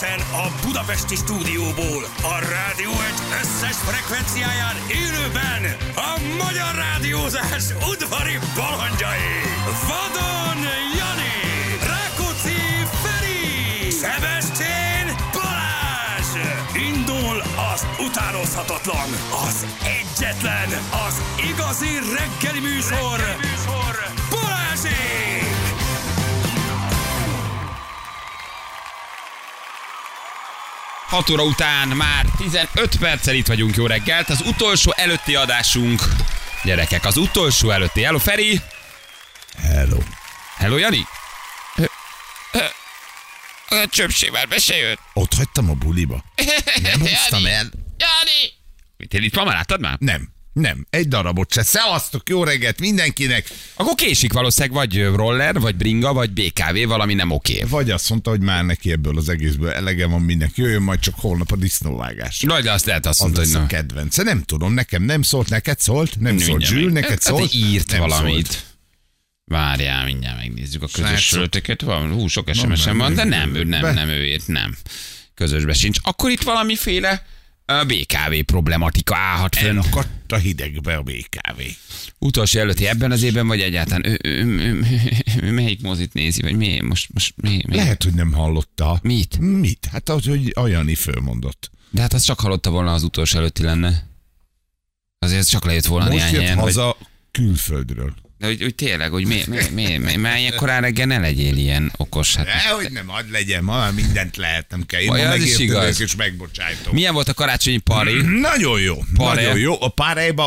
Egyenesen a budapesti stúdióból, a rádió egy összes frekvenciáján élőben a magyar rádiózás udvari balandjai. Vadon Jani, Rákóczi Feri, Szebestén Balázs. Indul az utánozhatatlan, az egyetlen, az igazi reggeli műsor, Balázsék! 6 óra után már 15 perccel itt vagyunk, jó reggelt. Az utolsó előtti adásunk. Gyerekek, az utolsó előtti. Hello, Feri! Hello. Hello, Jani! A csöpség már be se jött. Ott hagytam a buliba. Nem hoztam el. Jani! Mit, itt van, már láttad már? Nem. Egy darabot se. Szevasztok, jó reggelt mindenkinek. Akkor késik valószínűleg vagy roller, vagy bringa, vagy BKV, valami nem oké. Vagy azt mondta, hogy már neki ebből az egészből elege van, mindenki jöjjön, majd csak holnap a disznóvágás. Nagy, de azt lehet azt Az mondani, lesz hogy a kedvence. Nem tudom, nekem nem szólt, neked szólt? Nem szólt, Zsül, neked szólt? Írt nem valamit. Szólt. Várjál, mindjárt megnézzük a közös Srácok. sörötöket. Van, sok SMS-em van, de nem ő írt, nem. Közösbe sincs. Akkor itt valamiféle BKV problematika állhat fönn. Elakadt a hidegbe a BKV. Utolsó előtti ebben az évben, vagy egyáltalán ő melyik mozit nézi, vagy mi? Most mi? Lehet, hogy nem hallotta. Mit? Hát az, hogy a Jani fölmondott. De hát azt csak hallotta volna, az utolsó előtti lenne. Azért csak lejött volna Most néhány jött ilyen, haza külföldről. de hogy tényleg, hogy már ilyen korán reggel ne legyél ilyen okos. Hát. Hogy nem, hadd legyen, ma már mindent lehet, nem kell. Én Vaj, ma az is megértődök igaz. és megbocsájtom. Milyen volt a karácsonyi pari? Nagyon jó. Pare. Nagyon jó. A Párájban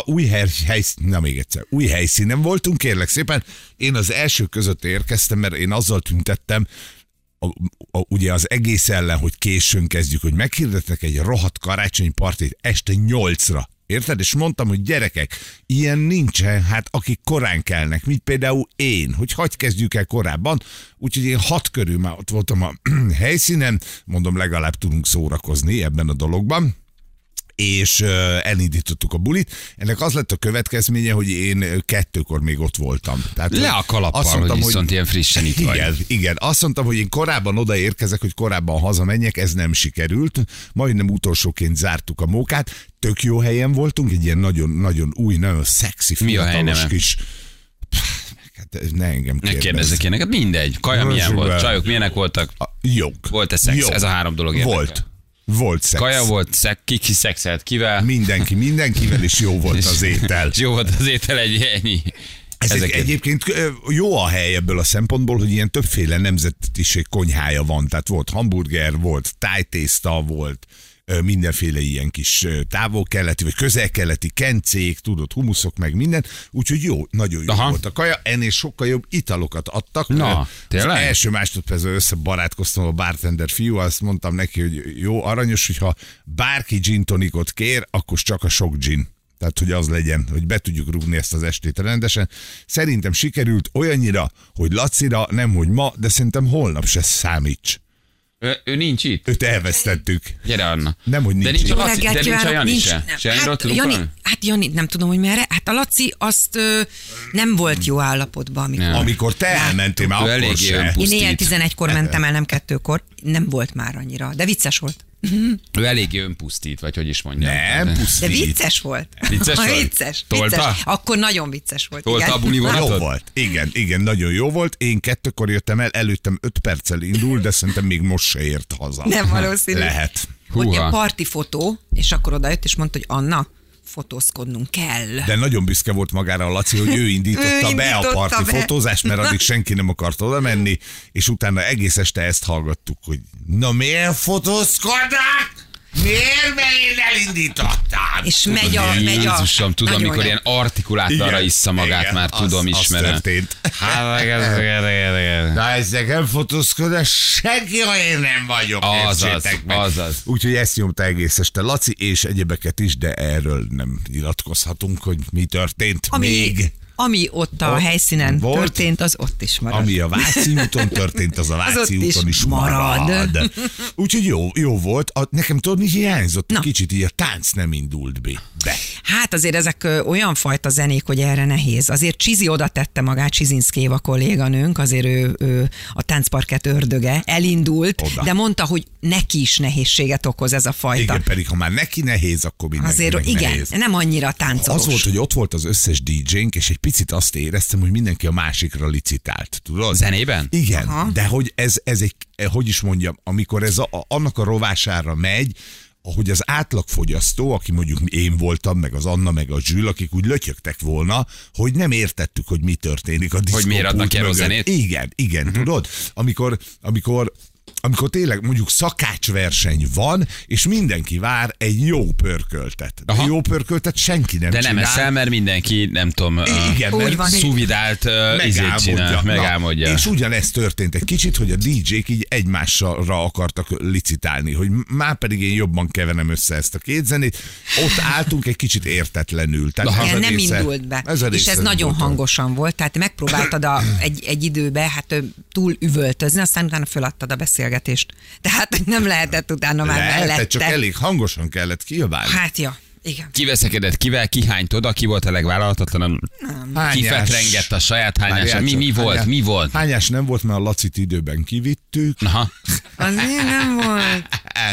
új helyszínen voltunk, kérlek szépen. Én az első között érkeztem, mert én azzal tüntettem, ugye az egész ellen, hogy későn kezdjük, hogy meghirdetnek egy rohadt karácsonyi partit este 8-ra. Érted? És mondtam, hogy gyerekek, ilyen nincsen, hát akik korán kelnek, mint például én, hogy hagy kezdjük el korábban, úgyhogy én 6 körül már ott voltam a helyszínen, mondom, legalább tudunk szórakozni ebben a dologban, és elindítottuk a bulit. Ennek az lett a következménye, hogy én 2-kor még ott voltam. Tehát, Le a kalappal, azt mondtam, hogy viszont ilyen frissen itt vagy. Igen, azt mondtam, hogy én korábban odaérkezek, hogy korábban hazamenjek, ez nem sikerült. Majdnem utolsóként zártuk a mókát. Tök jó helyen voltunk, egy ilyen nagyon új, nagyon szexi, Mi a hely fiatalos neve? kis... Hát ne engem Ne kérdezz. kérdezzek én neked, mindegy. Kaja milyen volt? Csajok milyenek voltak? Jók. Volt-e szex? Jók. Ez a 3 dolog érdekel. Volt szex. Kaja volt, ki szexelt kivel? Mindenkivel is jó volt az étel. És jó volt az étel, ennyi. Egyébként jó a hely ebből a szempontból, hogy ilyen többféle nemzetiség konyhája van. Tehát volt hamburger, volt tájtészta, volt mindenféle ilyen kis távol-keleti, vagy közel-keleti kencék, tudod, humuszok, meg minden. Úgyhogy jó, nagyon jó volt a kaja. Ennél sokkal jobb italokat adtak. Na, tényleg? Az első másodpercben összebarátkoztam a bartender fiú, azt mondtam neki, hogy jó, aranyos, hogyha bárki gin tonicot kér, akkor csak a sok gin. Tehát, hogy az legyen, hogy be tudjuk rúgni ezt az estét rendesen. Szerintem sikerült olyannyira, hogy Lacira, nem hogy ma, de szerintem holnap se számíts. Ő nincs itt. Őt elvesztettük. Gyere, Anna. Nem, hogy nincs. De nincs itt. a Laci, de nincs a Jani se. Se Janiról tudunk valami? Hát Jani, nem tudom, hogy merre. Hát a Laci azt nem volt jó állapotban, amikor... Nem. Amikor te elmentél, már Ő akkor eléggé se. önpusztít. Én éjjel 11-kor mentem el, nem 2-kor. Nem volt már annyira, de vicces volt. Ő eléggé önpusztít, vagy hogy is mondjam. Nem, De pusztít. vicces volt. Vicces volt? Vicces. Tolta? Akkor nagyon vicces volt. Tolta igen. a buli Jó vonatot? volt. Igen, nagyon jó volt. Én 2-kor jöttem el, előttem 5 perccel indul, de szerintem még most se ért haza. Nem valószínű. Lehet. Volt Húha. ilyen parti fotó, és akkor odajött, és mondta, hogy Anna, fotózkodnunk kell. De nagyon büszke volt magára a Laci, hogy ő indította be a parti be. fotózást, mert addig senki nem akart oda menni, és utána egész este ezt hallgattuk, hogy na miért fotózkodnak? Miért? Mert én elindítottam. És megy a... Jézusom, tudom, nagyon mikor ilyen artikulátorra issza magát, igen, már tudom, az ismerem. történt. Hát, Na ezek nem fotózkodás, senki, ha én nem vagyok, értsétek meg. azaz. Úgyhogy ezt nyomta egész este Laci, és egyebeket is, de erről nem nyilatkozhatunk, hogy mi történt még. ami ott a helyszínen volt, történt, az ott is marad. Ami a Váci úton történt, az a Váci úton is marad. Úgyhogy jó volt. Nekem tudod, mi hiányzott? Na. Kicsit így a tánc nem indult be. Hát azért ezek olyan fajta zenék, hogy erre nehéz. Azért Csizi oda tette magát, Csizinszki Éva kolléganőnk, azért ő a táncparkett ördöge, elindult, Oda. de mondta, hogy neki is nehézséget okoz ez a fajta. Igen, pedig ha már neki nehéz, akkor mindenkinek Azért igen, nehéz. nem annyira táncolos. Az volt, hogy ott volt az összes DJ-nk, és egy picit azt éreztem, hogy mindenki a másikra licitált. Tudod? Zenében? Igen, Aha. de hogy ez egy, hogy is mondjam, amikor ez annak a rovására megy, ahogy az átlagfogyasztó, aki mondjuk én voltam, meg az Anna, meg a Zsül, akik úgy lötyögtek volna, hogy nem értettük, hogy mi történik a diszkópult miért adnak ki mögött. zenét? Igen, tudod? Amikor tényleg mondjuk szakácsverseny van, és mindenki vár egy jó pörköltet. De Aha. jó pörköltet senki nem De csinál. nem eszel, mert mindenki, nem tudom, Igen, Úgy mert van. szuvidált izét csinál, megálmodja. És ugyanezt történt egy kicsit, hogy a DJ-k így egymásra akartak licitálni, hogy már pedig én jobban keverem össze ezt a két zenét. Ott álltunk egy kicsit értetlenül. Tehát Igen, ez a nem része- indult be. ez a És része ez nagyon volt. hangosan volt, tehát megpróbáltad egy időbe túl üvöltözni, aztán utána föladtad a beszélgetést. Tehát nem lehetett utána már Lehetett, mellette. csak elég hangosan kellett kiabálni. Hát ja, igen. Ki veszekedett kivel, ki hányt oda, ki volt a legvállalhatatlanabb, ki fetrengett a saját hányása, mi volt? Hányás nem volt, mert a Lacit időben kivittük. Aha. Azért nem volt.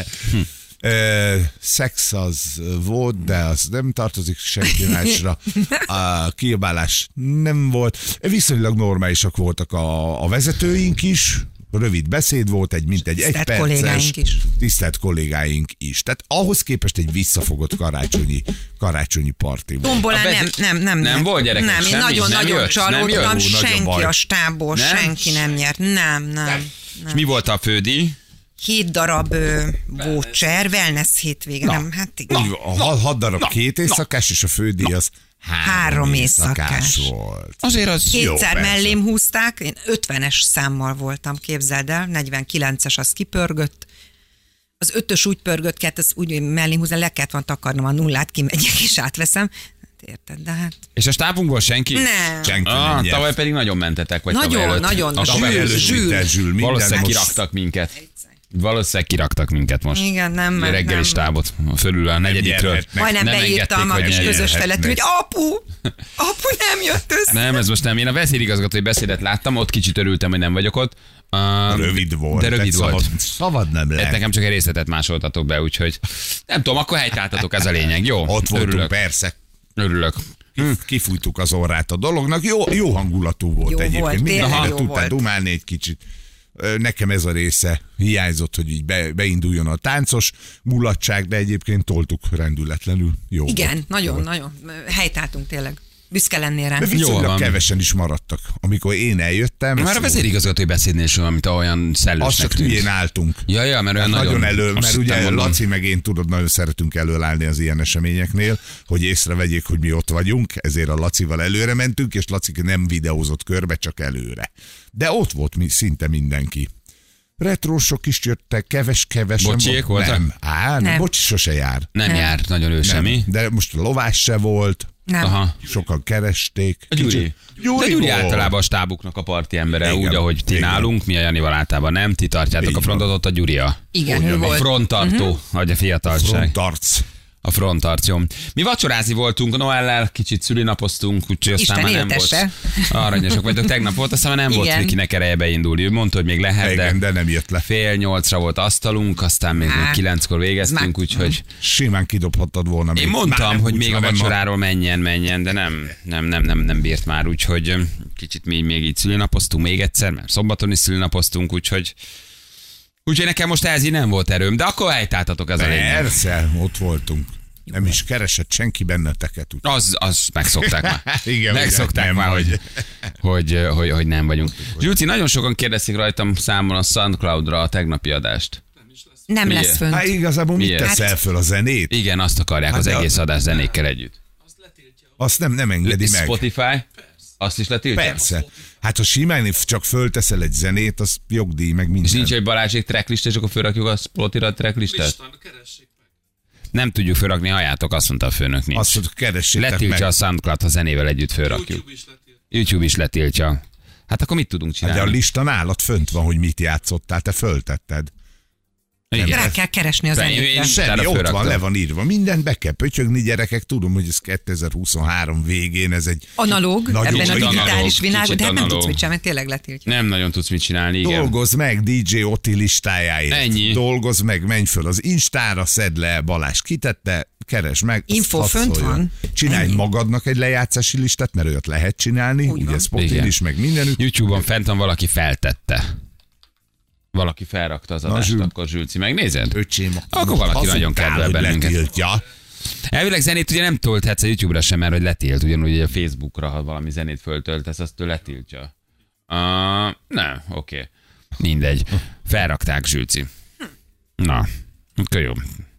Szex az volt, de az nem tartozik senki másra. A kiabálás nem volt. Viszonylag normálisak voltak a vezetőink is. Rövid beszéd volt, mintegy egy Tisztelt perces. kollégáink is. Tisztelt kollégáink is. Tehát ahhoz képest egy visszafogott karácsonyi parti volt. Tombolán nem volt, gyerekek, Nem, én semmi, nem nagyon-nagyon jött, nem csalódtam, jött. Nagyon senki baj. a stábból, Nem? senki nem nyert. Nem. És mi volt a fődíj? 7 darab voucher, wellness hétvége, nem, hát igen. 6 darab 2 éjszakás, és a fődíj az 3 éjszakás éjszakás. volt. Azért az Jó, Kétszer persze. mellém húzták, én 50-es számmal voltam, képzeld el, 49-es az kipörgött, az 5-ös úgy pörgött, ez úgy mellém húzni, le kellett van takarnom a nullát, kimegyek és átveszem. Hát érted, de hát És a stábunkból senki? nem. Senki nem nyert. Tavaly pedig nagyon mentetek, vagy Nagyon, tavaly előtt. nagyon. A tavaly Zsül, előtt. Zsül, minden Valószínűleg most- kiraktak minket. Valószínűleg kiraktak minket most. Igen, nem, mert Reggeli nem. stábot fölül a negyedikről. nyerhetnek. Majdnem Nem beírtam engedték, a hogy kis nyerjen. közös feletű, hogy apu nem jött össze. Nem, ez most nem. Én a vezérigazgatói beszédet láttam, ott kicsit örültem, hogy nem vagyok ott. Rövid volt. De rövid tehát volt. Szabad nem Hát lehet. nekem csak egy részletet másoltatok be, úgyhogy nem tudom, akkor helytáltatok, ez a lényeg. Jó, Ott voltunk, örülök. persze. Örülök. Kifújtuk az orrát a dolognak. Jó hangulatú volt Jó egyébként. volt, Mindenki tényleg le jó tudtál volt. dumálni egy kicsit. Nekem ez a része hiányzott, hogy így beinduljon a táncos mulatság, de egyébként toltuk rendületlenül. Jó Igen, volt. nagyon helytáltunk tényleg. Büszke lennél rá. De Jól viszonylag van. kevesen is maradtak. Amikor én eljöttem, Már a ezt vezérigazgatói beszédnél sem, amit olyan azt szellősnek csak tűnt. hülyén álltunk. Ja, mert olyan Nagyon elő, azt mert hittem, ugye mondom. Laci meg én tudod, nagyon szeretünk előállni az ilyen eseményeknél, hogy észrevegyék, hogy mi ott vagyunk, ezért a Lacival előre mentünk, és Laci nem videózott körbe, csak előre. De ott volt szinte mindenki. Retrósok is jöttek, keves. Bocsiék voltak? Nem. Bocsi sose jár. Nem járt nagyon ő semmi. De most a lovás se volt, Nem. Aha. sokan keresték. A Gyuri. Gyuri De Gyuri volt. általában a stábuknak a parti embere, Igen. úgy, ahogy ti Igen. nálunk, mi a Janival általában nem, ti tartjátok Így a frontot, ott a Gyuri Igen, ő a volt. fronttartó, vagy a fiatalság. Frontarc. A frontarc, jó. Mi vacsorázni voltunk Noellel, kicsit szülinapoztunk, úgyhogy aztán Isten már nem éltesse. volt. Aranyosak vagytok, tegnap volt, aztán már nem volt Igen. Vikinek ereje beindulni. Ő mondta, hogy még lehet, Igen, de nem jött le. 7:30 volt asztalunk, aztán még Hát, 9-kor végeztünk, már- úgyhogy Simán kidobhattad volna. én még. Már mondtam, nem hogy úgy, még a hanem vacsoráról menjen, de nem bírt már, úgyhogy kicsit mi még így szülinapoztunk még egyszer, mert szombaton is szülinapoztunk, úgyhogy nekem most ez így nem volt erőm, de akkor helytáltatok ez a lényeg. Persze, ott voltunk. Nem is keresett senki benneteket. Úgy. Az megszokták már. Igen, megszokták ugye, már, nem hogy nem vagyunk. Zsülci, nagyon sokan kérdezik rajtam számon a SoundCloud-ra a tegnapi adást. Nem Miért? lesz fönt. Hát igazából mit Miért? teszel föl a zenét? Igen, azt akarják Hát az de- egész adás zenékkel együtt. Azt nem engedi meg. Spotify? Azt is letiltja? Persze. Hát ha simán csak fölteszel egy zenét, az jogdíj, meg És minden. nincs egy Balázsék tracklist, és akkor fölrakjuk a Spotify tracklistát? Nem tudjuk fölrakni, halljátok, azt mondta a főnök, nincs. Azt mondjuk, keressétek Letiltja meg. a SoundCloud, ha zenével együtt fölrakjuk. YouTube is letiltja. Hát akkor mit tudunk De csinálni? a lista nálad fönt van, hogy mit játszottál, te föltetted. Igen. Rá kell keresni az Én- zenékre. én- Semmi, Utána ott van, fölraktam. le van írva. Mindent be kell pötyögni, gyerekek. Tudom, hogy ez 2023 végén, ez egy Analóg, Nagyon ebben a kicsit digitális analóg, világban, kicsit de hát nem analóg. tudsz mit csinálni, tényleg letiltja. Nem nagyon tudsz mit csinálni, igen. dolgozz meg DJ Oti listájáért. Ennyi. Dolgozz meg, menj föl az Instára, szedd le, Balázs kitette, keresd meg. azt Info hadd fönt szóljon. van. Csinálj Ennyi. magadnak egy lejátszási listát, mert olyat lehet csinálni, Úgy ugye van. Spotify Igen. is, meg mindenütt. YouTube-on fent van, valaki feltette. Valaki felrakta az adást, Zsül. akkor Zsülci, megnézed? Öcsém, Akkor valaki nagyon kedvel hogy bennünket. letiltja. Elvileg zenét ugye nem tölthetsz a YouTube-ra sem, mert hogy letilt, ugyanúgy a Facebookra, ha valami zenét föltöltesz, azt ő letiltja. Nem, oké. Mindegy. Felrakták, Zsülci. Na, akkor jó.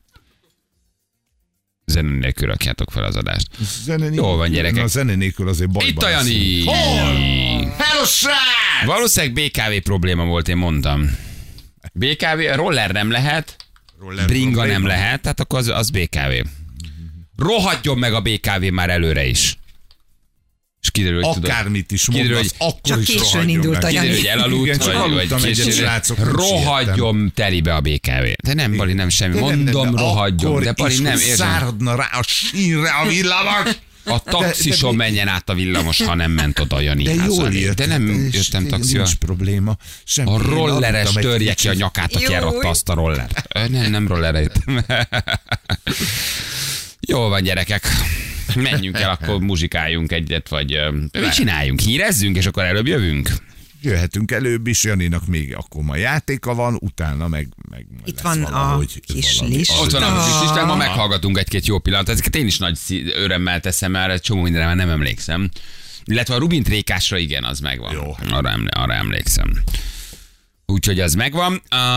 Zene nélkül rakjátok fel az adást. Zene nélkül- Jól van, gyerekek. A zene nélkül azért bajban Itt a Jani! Hello, srác! Valószínűleg BKV probléma volt, én mondtam. BKV, roller nem lehet, Roller bringa probléma. nem lehet, tehát akkor az BKV. Rohadjon meg a BKV már előre is. És kiderül, hogy tudod, Akármit is Kiderül, mondasz, hogy akkor csak is későn rohadjon indult meg. a Jani. kiderül, hogy elaludt, Igen, csak vagy aludtam egyet, későn. srácok, nem Rohadjon telibe a BKV. De nem, Bali, nem semmi. De Mondom, de rohadjon. akkor De Bali, is, nem hogy érzem. száradna rá a sínre a villamos. A taxison menjen át a villamos, ha nem ment oda a Jani De ház jól elé. jött. De nem jöttem taxival. Nincs probléma. Semmi. A Én rolleres aludtam egy törje ki kicsit. a nyakát, aki Jó. elratta azt a rollert. Nem rollerre jöttem. Jó van, gyerekek. Menjünk el, akkor muzsikáljunk egyet, vagy mit csináljunk? Hírezzünk, és akkor előbb jövünk? Jöhetünk előbb is, Janinak még akkor ma játéka van, utána meg majd Itt lesz van a valahogy kis valami. lista. Ott van a kis listán, ma meghallgatunk egy-két jó pillanatot. Ezeket én is nagy örömmel teszem, mert egy csomó mindenre már nem emlékszem. Illetve a Rubin trékásra igen, az megvan. Jó. Arra emlékszem. Úgyhogy az megvan.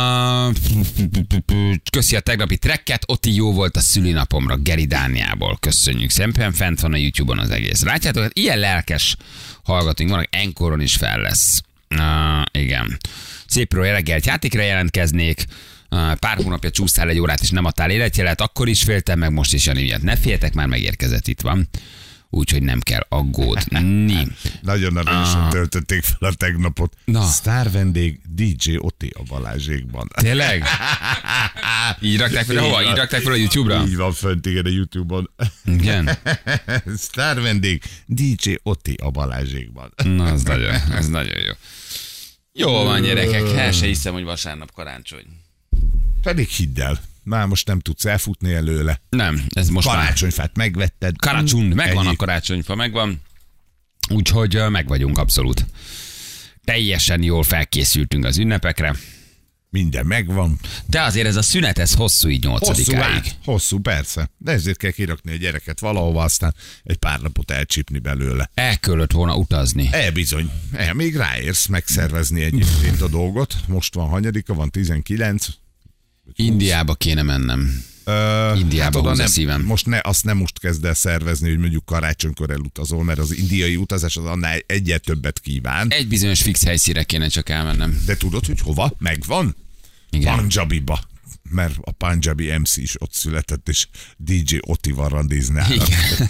Köszi a tegnapi trekket, Oti jó volt a szülinapomra Geri Dániából. Köszönjük szépen, fent van a YouTube-on az egész. Látjátok, hát ilyen lelkes hallgatóink vannak, Enkoron is fel lesz. Igen. Szépről reggelt játékra jelentkeznék. Pár hónapja csúsztál egy órát, és nem adtál életjelet, akkor is féltem, meg most is Jani miatt. Ne féljetek, már megérkezett, itt van. Úgyhogy nem kell aggódni. Nagyon aranyosan töltötték fel a tegnapot. Na. Sztár vendég DJ Oti a Balázsékban. Tényleg? Így rakták fel, hova? Így rakták fel a YouTube-ra? Így van fönt, igen, a YouTube-on. Igen. Sztár vendég DJ Oti a Balázsékban. Na, az nagyon jó. Jó van, gyerekek, el se hiszem, hogy vasárnap karácsony. Pedig hidd el, már most nem tudsz elfutni előle. Nem, ez most már. Karácsonyfát megvetted. Karácsony, megvan Ennyi. a karácsonyfa, megvan. Úgyhogy meg vagyunk abszolút. Teljesen jól felkészültünk az ünnepekre. Minden megvan. De azért ez a szünet, ez hosszú így Hosszú 8-áig. hosszú, persze. De ezért kell kirakni a gyereket valahova, aztán egy pár napot elcsípni belőle. El kellett volna utazni. Bizony. Még ráérsz megszervezni egyébként a dolgot. Most van hanyadika, van 19. Indiába kéne mennem. Indiába oda húz a nem, szívem. azt nem most kezd el szervezni, hogy mondjuk karácsonykor elutazol, mert az indiai utazás az annál egyet többet kíván. Egy bizonyos fix helyszínre kéne csak elmennem. De tudod, hogy hova? Megvan? Igen. Punjabiba. Mert a Punjabi MC is ott született, és DJ Otival randizne. Igen.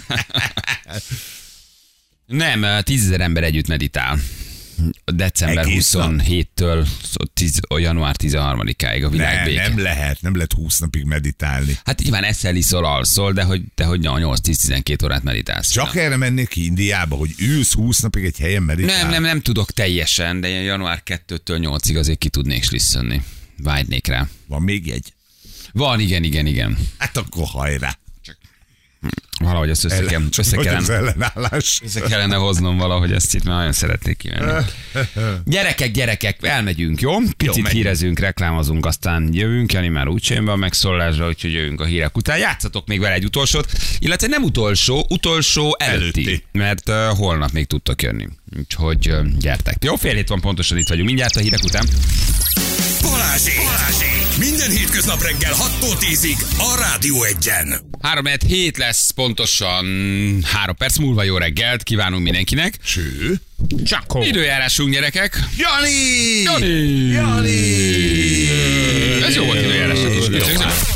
Nem, 10 000 ember együtt meditál. December Egész nap? 27-től január 13-áig a világ béke. Nem lehet 20 napig meditálni. Hát nyilván eszel, iszol, alszol, de hogy 8-10-12 órát meditálsz. Csak erre mennék ki Indiába, hogy ülsz 20 napig egy helyen meditálni. Nem tudok teljesen, de ilyen január 2-től 8-ig azért ki tudnék slisszönni. Vágynék rá. Van még egy? Van, igen. Hát akkor hajrá. Valahogy ezt össze Hogy az kellene, ellenállás. kellene hoznom valahogy, ezt itt már nagyon szeretnék kivenni. Gyerekek, elmegyünk, jó? Picit megyünk. hírezünk, reklámozunk, aztán jövünk. Jani már úgy jön be a megszólásra, úgyhogy jövünk a hírek után. Játszatok még vele egy utolsót, illetve nem utolsó előtti. Előtti. Mert holnap még tudtok jönni. Úgyhogy gyertek. Jó, fél hét van pontosan, itt vagyunk mindjárt a hírek után. Balázsék! Minden hétköznap reggel 6-tól 10-ig a Rádió 1-en. 3-7 lesz pontosan 3 perc múlva. Jó reggelt kívánunk mindenkinek. Ső. Csakó. Időjárásunk, gyerekek. Jani! Jani! Ez jó volt időjárás.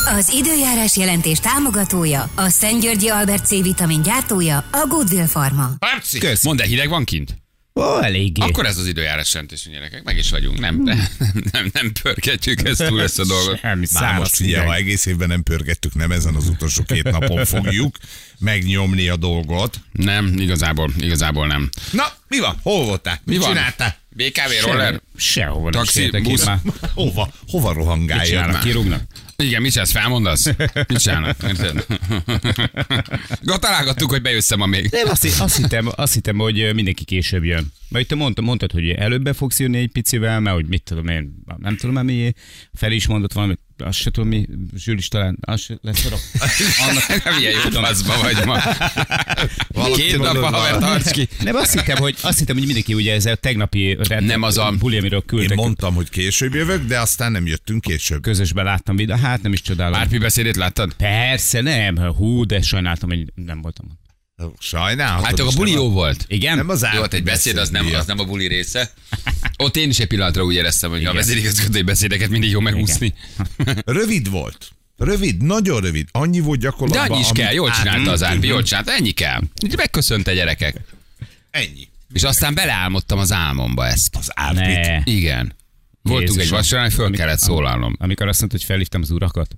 Az időjárás jelentés támogatója, a Szentgyörgyi Albert C-vitamin gyártója, a Goodwill Pharma. Pepsi. Kösz. Mondd el, hideg van kint? Ó, eléggé. Akkor ez az időjárás jelentésünk, gyerekek. Meg is vagyunk. Nem pörgetjük ezt túl ezt a dolgot. Semmi Már száraz most figyelj, hideg. ha egész évben nem pörgettük, nem ezen az utolsó 2 napon fogjuk megnyomni a dolgot. Nem, igazából nem. Na, mi van? Hol voltál? Mit van? csináltál? BKV roller? Sehova nem Taxi, sértek busz. itt már. Hova Mit rohangáljál? csinálnak? Kirúgnak? Igen, mit csinálsz? Felmondasz? Mit csinálnak? Érted? Találgattuk, hogy bejössz ma még. Nem, azt hittem, hogy mindenki később jön. Mert te mondtad, hogy előbb be fogsz jönni egy picivel, mert hogy mit tudom én, nem tudom már mi, Feli is mondott valamit, azt se tudom mi, Zsül is talán, az se lesz arra. Nem ilyen jó faszba vagy ma. Valaki 2 nap a mondod, haver, tarts ki. Nem, azt hittem, hogy mindenki ugye ez a tegnapi Nem az a- buli, amiről Én küldtek. mondtam, hogy később jövök, de aztán nem jöttünk később. Közösben láttam videót, hát nem is csodálom. Párpi beszédét láttad? Persze, nem, hú, de sajnáltam, hogy nem voltam. Sajnálhatod. Hát a is, buli nem jó volt. Igen? Nem az Jó, hát egy beszéd, az nem a buli része. Ott én is egy pillanatra úgy éreztem, hogy a vezérigazgatói beszédeket mindig jó megúszni. Rövid volt. Rövid, nagyon rövid. Annyi volt De gyakorlatban. annyi is kell, jól csinálta az Árpi, Mhm. jól csinálta, ennyi kell. Így megköszönte gyerekek. Ennyi. És aztán beleálmodtam az álmomba ezt. Az Árpit. Ne. Igen. Voltunk egy Jézusom. vacsorán, föl kellett szólalnom. Amikor azt mondta, hogy felhívtam az urakat.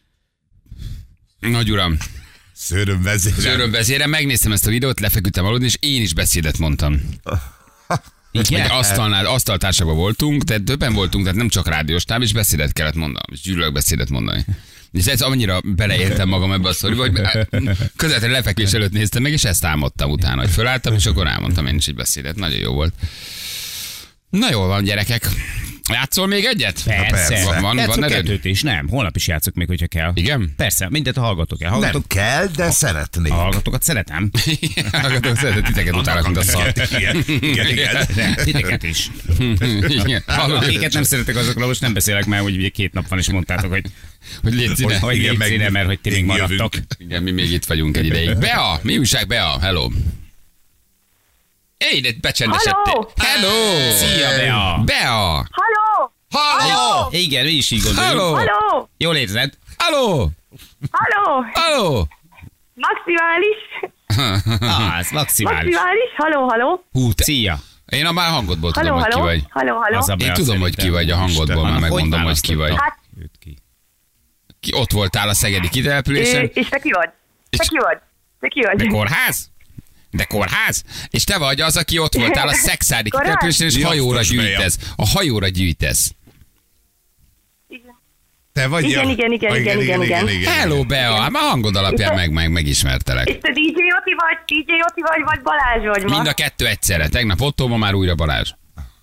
Nagy uram, Szőröm vezérem. szőrömvezérem, megnéztem ezt a videót, lefeküdtem aludni, és én is beszédet mondtam. Igen? Egy asztaltársakban voltunk, tehát többen voltunk, tehát nem csak rádiós táv, és beszédet kellett mondanom, és gyűlölök beszédet mondani. És ez annyira beleéltem magam ebbe a sztoriba, hogy közvetlenül lefekvés előtt néztem meg, és ezt álmodtam utána, hogy fölálltam, és akkor elmondtam én is egy beszédet. Nagyon jó volt. Na jól van, gyerekek. Játszol még egyet? Persze. Van Játszok erőd? 2 is, nem. Holnap is játszok még, hogyha kell. Igen? Persze, mindent a hallgatók el. Nem kell, de szeretnék. A hallgatókat szeretem. Hallgatók, szeretett titeket utálok, mint a szar. Igen. Titeket is. Igen. Akiket nem szeretek, azokról most nem beszélek, mert hogy ugye 2 nap van, és mondtátok, hogy légy színe. hogy Igen, légy meg színe, mert hogy ti még még maradtok. Igen, mi még itt vagyunk egy ideig. Bea! Mi újság, Bea? Hello! Éj, de becsendesedtél. Hello! Szia, Bea! Bea! Halló! Halló! Igen, mi is így gondoljuk. Halló! Halló! Jól érzed? Halló! Halló! Halló! Maximális! Az, maximális. Maximális! Halló! Hú, te... Szia! Én a már hangodból tudom, Halló, hogy ki halló! vagy. Halló! Az a Én Bea tudom, hogy ki szerintem. vagy a hangodból, már Annak megmondom, hogy ki vagy. választotta? Hát- Őt ki. Ki ott voltál a szegedi kitelepülésen? És te ki vagy? Te ki vagy? Te ki vagy? De kórház? De kórház? És te vagy az, aki ott voltál a szexádi Kórház? kitelepülésen, és hajóra Jasztos Bea. gyűjtesz. A hajóra gyűjtesz. Igen. Te vagy Igen, a- igen. Hello, Bea! Hát már hangod alapján megismertelek. És te DJ Oti vagy Balázs vagy ma? Mind a kettő egyszerre. Tegnap Otto, ma már újra Balázs.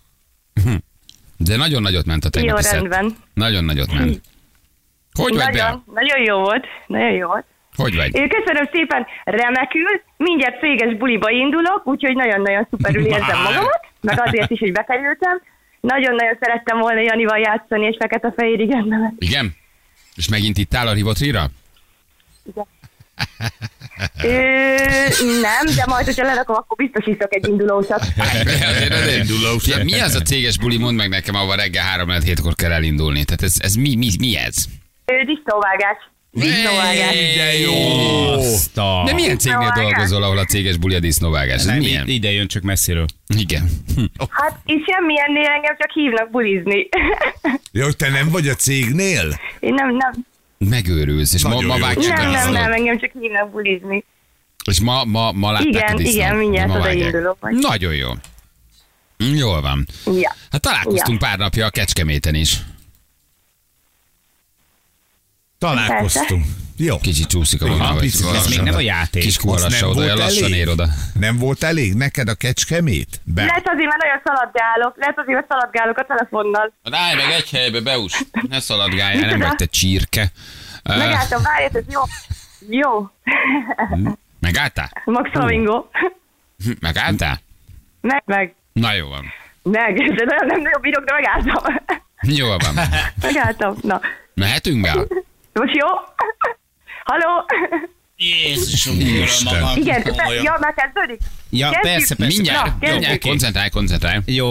De nagyon nagyot ment a Jó, tegnapi szett. rendben. Nagyon nagyot ment. Hogy vagy, Bea? Nagyon jó volt. Nagyon jó volt. Hogy vagy? Köszönöm szépen, remekül. Mindjárt céges buliba indulok, úgyhogy nagyon-nagyon szuperül érzem magamat, meg azért is, hogy bekerültem. Nagyon-nagyon szerettem volna Janival játszani, és fekete-fehérig ennemet. Igen? És megint itt áll a Rivotrira? Nem, de majd, hogyha lerakom, akkor biztos iszok egy indulósat. Azért. Mi az a céges buli? Mondd meg nekem, ahol reggel 3-7-kor kell elindulni. Tehát ez mi ez? Disznóvágás. Disznóvágás. De jó! Azt a... De milyen cégnél Disznóvágás. dolgozol, ahol a céges buli a disznóvágás? Ez Nem, milyen? ide jön csak messziről. Igen. Hát és semmilyennél engem csak hívnak bulizni. Ja, hogy te nem vagy a cégnél? Én nem. Megőrülsz, és Nagyon ma jó. vágják a Nem, disznót. engem csak hívnak bulizni. És ma látták a disznót. Igen, mindjárt Ma oda vágják. indulok majd. Nagyon jó. Jól van. Ja. Hát találkoztunk pár napja a Kecskeméten is. Találkoztunk. Jó. Kicsit csúszik a vonal. picit. vagy Ez Ez még nem a játék. Kis kuharassa oda, olyan lassan ér oda. Nem volt elég neked a Kecskemét? Lehet azért, mert nagyon szaladgálok a telefonnal. Állj meg egy helybe, Beus. Ne szaladgáljál, nem vagy te csirke. Megálltam, várját, ez jó. Jó. Megálltál? Max Flamingo. Megálltál? Meg. Na jó van. Meg. De nem nagyon bírok, de megálltam. Jól van. Megálltam. Na. Mehetünk be? Most jó? Halló? Jézusom, Igen, ja, már kezdődik? Ja, Kezdjük? persze. Mindjárt, Na, mindjárt, kezdjük. koncentrálj. Jó.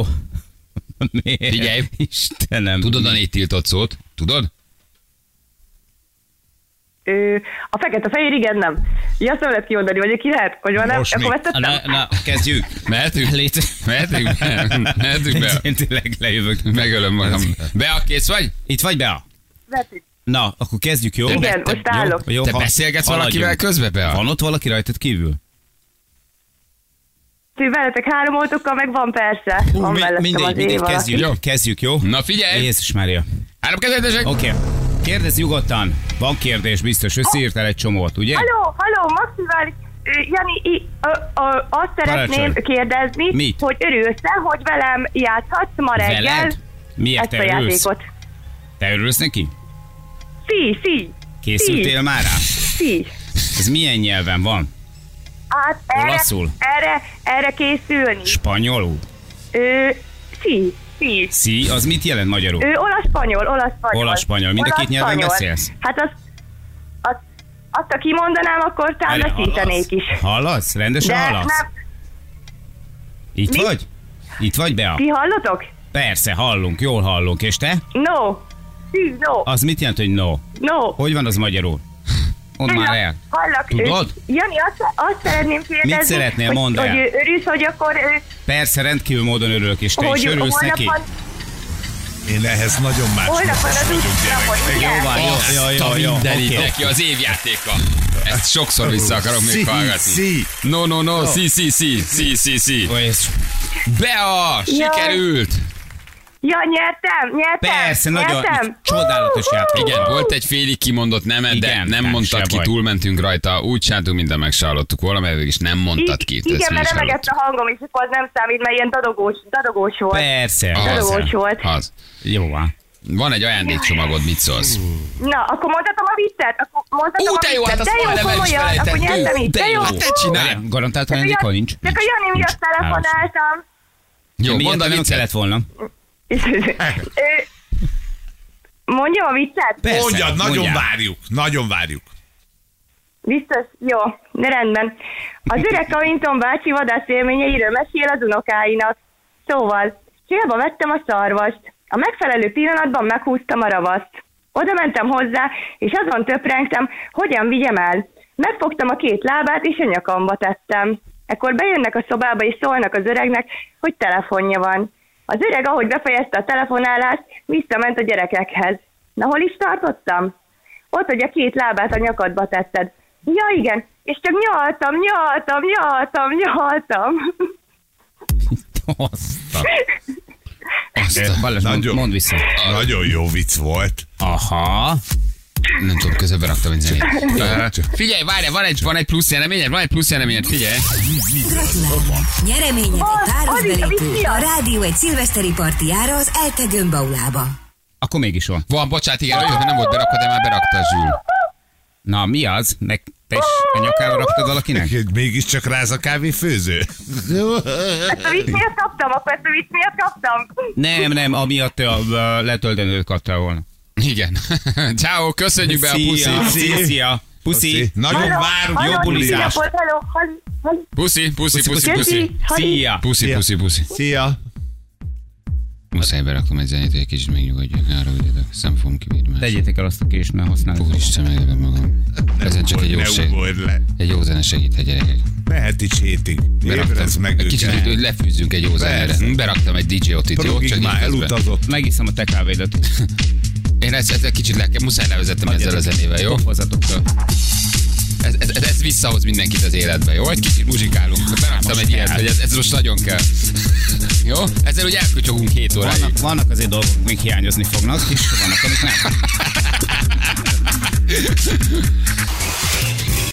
Miért? Figyelj. Istenem. Tudod a 4 tiltott szót? Tudod? A fekete-fehér, igen, nem. Ja, azt nem lehet kimondani, vagy ki lehet? Hogy van, nem? Most Akkor mi? vesztettem? Na, kezdjük. Mehetünk be. Én tényleg lejövök. Megölöm magam. Bea, kész vagy? Itt vagy, Bea? Vettük. Na, akkor kezdjük, jó? Igen, most állok. Jó, Te beszélgetsz valakivel közben, Bea? Van ott valaki rajtad kívül? Veletek 3 oltókkal, meg van persze. Van mellettem az év valaki. Kezdjük, jó? Na figyelj! Jézus Mária. Három kezdetesek! Oké. Kérdezz nyugodtan. Van kérdés, biztos. Összeírtál egy csomót, ugye? Halló, maximális. Jani, azt szeretném Parancsolj. kérdezni, Mit? hogy örülsz-e, hogy velem játszhatsz ma reggel Veled? Miért ezt te a örülsz? játékot? Te örülsz neki? Szí. Készültél már rá? Szí. Ez milyen nyelven van? Hát Olaszul? erre készülni. Spanyolul? Szí. Szí, az mit jelent magyarul? Olasz-spanyol. Olasz-spanyol. Mind a két nyelven Olasz-spanyol. beszélsz? Hát azt ha kimondanám, akkor talán veszítenék is. Hallasz? Rendesen hallasz? Nem. Itt Mi? vagy? Itt vagy, Bea? Ti hallotok? Persze, hallunk, jól hallunk. És te? No. No. Az mit jelent, hogy no? No. Hogy van az magyarul? Mondd már el. Hallak. Tudod? Jani, azt szeretném kérdezni. Mit szeretnél, mondd el. Hogy örülsz, hogy akkor... Persze, rendkívül módon örülök, és te is hogy örülsz neki? holnap Én ehhez nagyon más Holnap van az útnapon, ugye? Jó van, jó. Mindenit Oké. neki az évjátéka. Ezt sokszor vissza akarok még hallgatni. Szí. No, sí. Ó, ez- Bea, sikerült! Ja, nyertem. Persze, nagyon nyertem. csodálatos játék. Igen, volt egy félig kimondott nemed, de Igen, nem nem mondtad se ki, baj. túlmentünk rajta, úgy csináltunk, mint meg se hallottuk volna, mert végig is nem mondtad ki. ezt Igen, mi mert is remegett hallottuk. a hangom, és akkor az nem számít, mert ilyen dadogós volt. Persze. Dadogós volt. Az. Jó van. Van egy ajándékcsomagod, mit szólsz? Na, akkor mondhatom a viccet? De jó, hát azt de jó, majdnem el is komolyan, akkor nyertem felejtettük. így. De jó, hát te csinálj! Várjál, garantált Csak a ajándéka Jani- nincs? Csak a Jani miatt telefonáltam. Jó, Miért mondd a nem viccet. kellett volna? Mondjam a viccet? Persze, Mondjad, mondjál. nagyon várjuk. Biztos? Jó, de rendben. Az öreg Kavinton bácsi vadász élményeiről mesél az unokáinak. Szóval, célba vettem a szarvast. A megfelelő pillanatban meghúztam a ravaszt. Oda mentem hozzá, és azon töprengtem, hogyan vigyem el. Megfogtam a 2 lábát, és a nyakamba tettem. Ekkor bejönnek a szobába, és szólnak az öregnek, hogy telefonja van. Az öreg, ahogy befejezte a telefonálást, visszament a gyerekekhez. Na, hol is tartottam? Ott, hogy a 2 lábát a nyakadba tetted. Ja, igen, és csak nyaltam. Balázs, mondd vissza. Nagyon jó vicc volt. Aha. Nem tudom, közben beraktam egy zenét. Figyelj, várj, van egy plusz jeleményed, figyelj. Gratulálunk! Nyereményed egy páros Adi, belépő mit a rádió egy szilveszteri partiára az Elte Gömbaulába. Akkor mégis van. Van, bocsánat, igen, hogy nem volt berakva, de már berakta Zsül. Na, mi az? Te is a nyakára raktad valakinek? Mégiscsak ráz a kávéfőző. Ezt a vicc miatt kaptam. Nem, amiatt letöltenőt kaptál volna. Igen. Ciao, köszönjük be a puszi. Szia. Puszi. Nagyon várunk, jó bulizást. Hello. Puszi. Szia. Puszi. Szia. Muszáj beraktam egy zenét, hogy egy kicsit megnyugodjak. Arra ügyetek, szem fogom kivírni más. Tegyétek el azt a kést, mert használod. Úristen, meglepem magam. Ezen csak egy jó Ne ugorj le. Egy jó zene segít, gyerekek. Mehet is hétig. Ébrezd meg Egy kicsit, őket. hogy lefűzzünk egy jó zenére. Persze. Beraktam egy DJ Otit, jó? Progig Csak így már közben. elutazott. Megiszom a te kávédat. Én ezt kicsit muszáj levezettem ezzel a zenével, jó? Hozzatok föl. Ez visszahoz mindenkit az életbe, jó? Egy kicsit muzsikálunk. Beraktam egy ilyet, hogy ez most nagyon kell. Jó? Ezzel úgy elkötyogunk 7 óráig. Vannak azért dolgok, még hiányozni fognak, és vannak, amik nem.